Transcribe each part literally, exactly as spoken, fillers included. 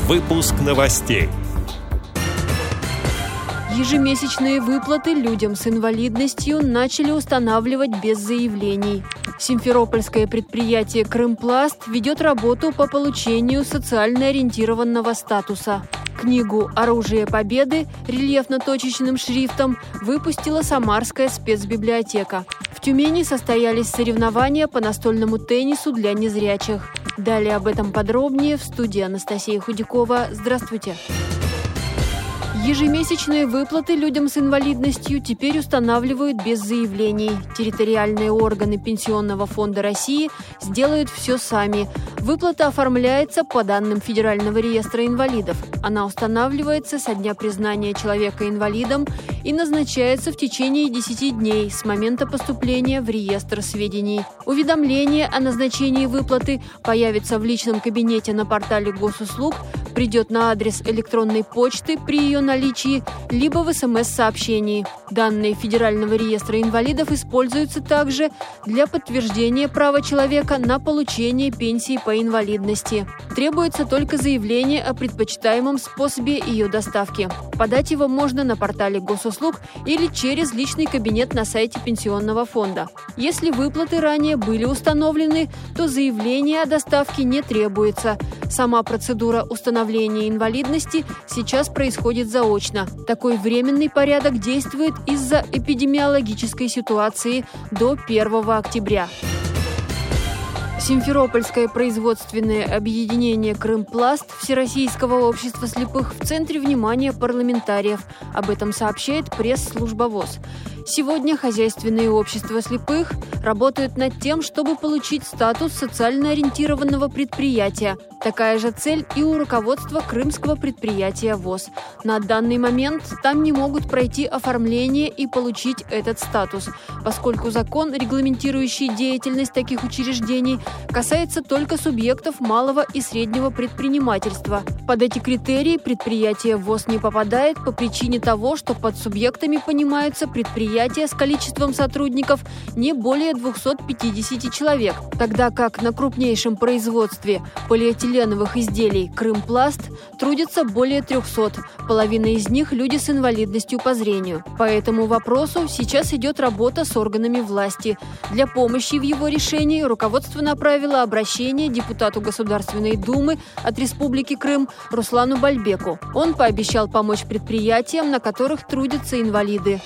Выпуск новостей. Ежемесячные выплаты людям с инвалидностью начали устанавливать без заявлений. Симферопольское предприятие «Крымпласт» ведет работу по получению социально ориентированного статуса. Книгу «Оружие Победы» рельефно-точечным шрифтом выпустила Самарская спецбиблиотека. В Тюмени состоялись соревнования по настольному теннису для незрячих. Далее об этом подробнее в студии Анастасия Худякова. Здравствуйте! Ежемесячные выплаты людям с инвалидностью теперь устанавливают без заявлений. Территориальные органы Пенсионного фонда России сделают все сами. Выплата оформляется по данным Федерального реестра инвалидов. Она устанавливается со дня признания человека инвалидом и назначается в течение десяти дней с момента поступления в реестр сведений. Уведомление о назначении выплаты появится в личном кабинете на портале госуслуг, придет на адрес электронной почты при ее наличии, либо в эс эм эс-сообщении. Данные Федерального реестра инвалидов используются также для подтверждения права человека на получение пенсии по инвалидности. Требуется только заявление о предпочитаемом способе ее доставки. Подать его можно на портале госуслуг или через личный кабинет на сайте Пенсионного фонда. Если выплаты ранее были установлены, то заявление о доставке не требуется. Сама процедура установления инвалидности сейчас происходит заочно. Такой временный порядок действует из-за эпидемиологической ситуации до первого октября. Симферопольское производственное объединение «Крымпласт» Всероссийского общества слепых в центре внимания парламентариев. Об этом сообщает пресс-служба ВОС. Сегодня хозяйственные общества слепых работают над тем, чтобы получить статус социально ориентированного предприятия. Такая же цель и у руководства крымского предприятия ВОС. На данный момент там не могут пройти оформление и получить этот статус, поскольку закон, регламентирующий деятельность таких учреждений, касается только субъектов малого и среднего предпринимательства. Под эти критерии предприятие ВОС не попадает по причине того, что под субъектами понимаются предприятия с количеством сотрудников не более двухсот пятидесяти человек, тогда как на крупнейшем производстве полиэтиленовых изделий «Крымпласт» трудятся более трехсот, половина из них – люди с инвалидностью по зрению. По этому вопросу сейчас идет работа с органами власти. Для помощи в его решении руководство направило обращение депутату Государственной Думы от Республики Крым Руслану Бальбеку. Он пообещал помочь предприятиям, на которых трудятся инвалиды.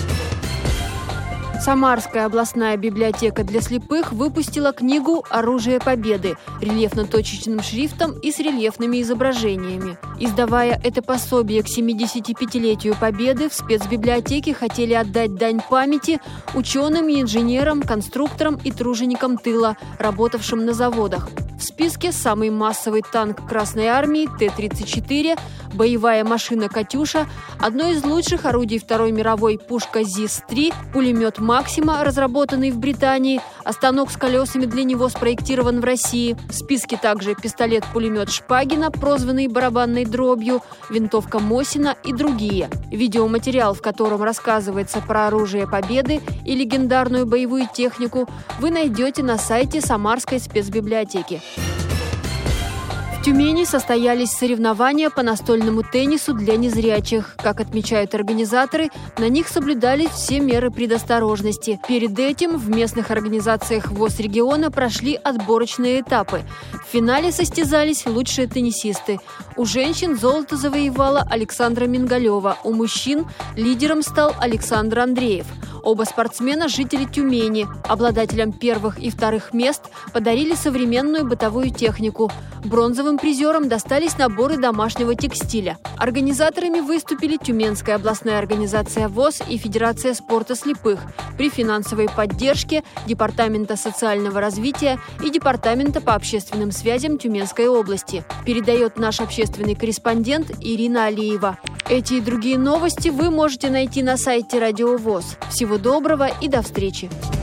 Самарская областная библиотека для слепых выпустила книгу «Оружие Победы» рельефно-точечным шрифтом и с рельефными изображениями. Издавая это пособие к семидесятипятилетию Победы, в спецбиблиотеке хотели отдать дань памяти ученым, инженерам, конструкторам и труженикам тыла, работавшим на заводах. В списке самый массовый танк Красной Армии Т тридцать четыре, боевая машина «Катюша», одно из лучших орудий Второй мировой пушка ЗИС три, пулемет «Максима», разработанный в Британии, а станок с колесами для него спроектирован в России. В списке также пистолет-пулемет Шпагина, прозванный барабанной дробью, винтовка Мосина и другие. Видеоматериал, в котором рассказывается про оружие Победы и легендарную боевую технику, вы найдете на сайте Самарской спецбиблиотеки. В Тюмени состоялись соревнования по настольному теннису для незрячих. Как отмечают организаторы, на них соблюдались все меры предосторожности. Перед этим в местных организациях ВОС региона прошли отборочные этапы. В финале состязались лучшие теннисисты. У женщин золото завоевала Александра Мингалева, у мужчин лидером стал Александр Андреев. Оба спортсмена – жители Тюмени. Обладателям первых и вторых мест подарили современную бытовую технику. Бронзовым призерам достались наборы домашнего текстиля. Организаторами выступили Тюменская областная организация ВОС и Федерация спорта слепых при финансовой поддержке Департамента социального развития и Департамента по общественным связям Тюменской области. Передает наш общественный корреспондент Ирина Алиева. Эти и другие новости вы можете найти на сайте Радио ВОС. Всего доброго и до встречи!